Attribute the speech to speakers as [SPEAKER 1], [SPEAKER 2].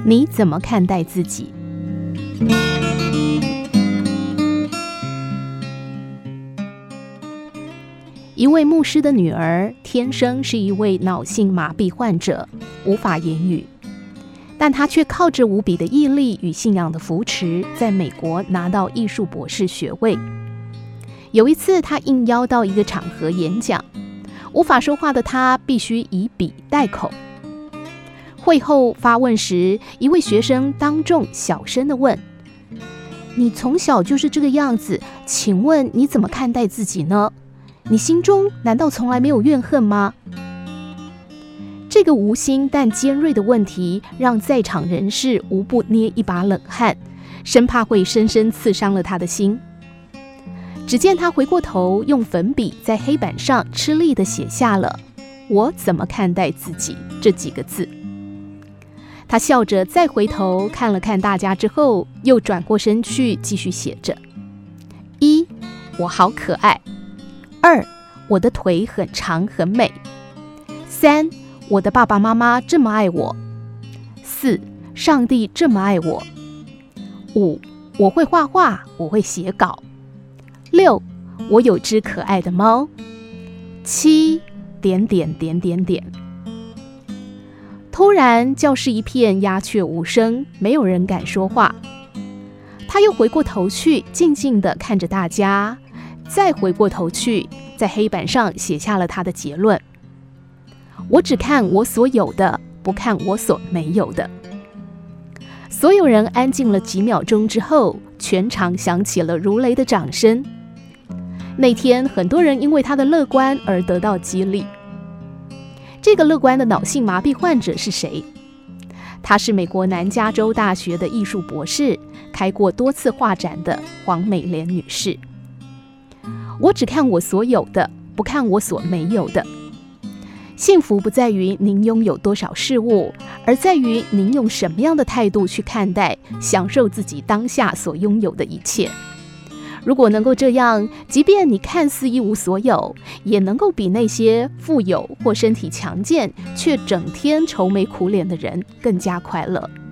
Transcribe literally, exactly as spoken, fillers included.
[SPEAKER 1] 你怎么看待自己？一位牧师的女儿天生是一位脑性麻痹患者，无法言语，但她却靠着无比的毅力与信仰的扶持，在美国拿到艺术博士学位。有一次，她应邀到一个场合演讲，无法说话的她必须以笔代口。会后发问时，一位学生当众小声地问：你从小就是这个样子，请问你怎么看待自己呢？你心中难道从来没有怨恨吗？这个无心但尖锐的问题让在场人士无不捏一把冷汗，生怕会深深刺伤了他的心。只见他回过头，用粉笔在黑板上吃力地写下了“我怎么看待自己”这几个字。他笑着再回头看了看大家之后，又转过身去继续写着：一，我好可爱；二，我的腿很长很美；三，我的爸爸妈妈这么爱我；四，上帝这么爱我；五，我会画画，我会写稿；六，我有只可爱的猫；七，点点点点点。突然，教室一片鸦雀无声，没有人敢说话。他又回过头去，静静地看着大家，再回过头去，在黑板上写下了他的结论：我只看我所有的，不看我所没有的。所有人安静了几秒钟之后，全场响起了如雷的掌声。那天，很多人因为他的乐观而得到激励。这个乐观的脑性麻痹患者是谁？她是美国南加州大学的艺术博士，开过多次画展的黄美莲女士。我只看我所有的，不看我所没有的。幸福不在于您拥有多少事物，而在于您用什么样的态度去看待、享受自己当下所拥有的一切。如果能够这样，即便你看似一无所有，也能够比那些富有或身体强健却整天愁眉苦脸的人更加快乐。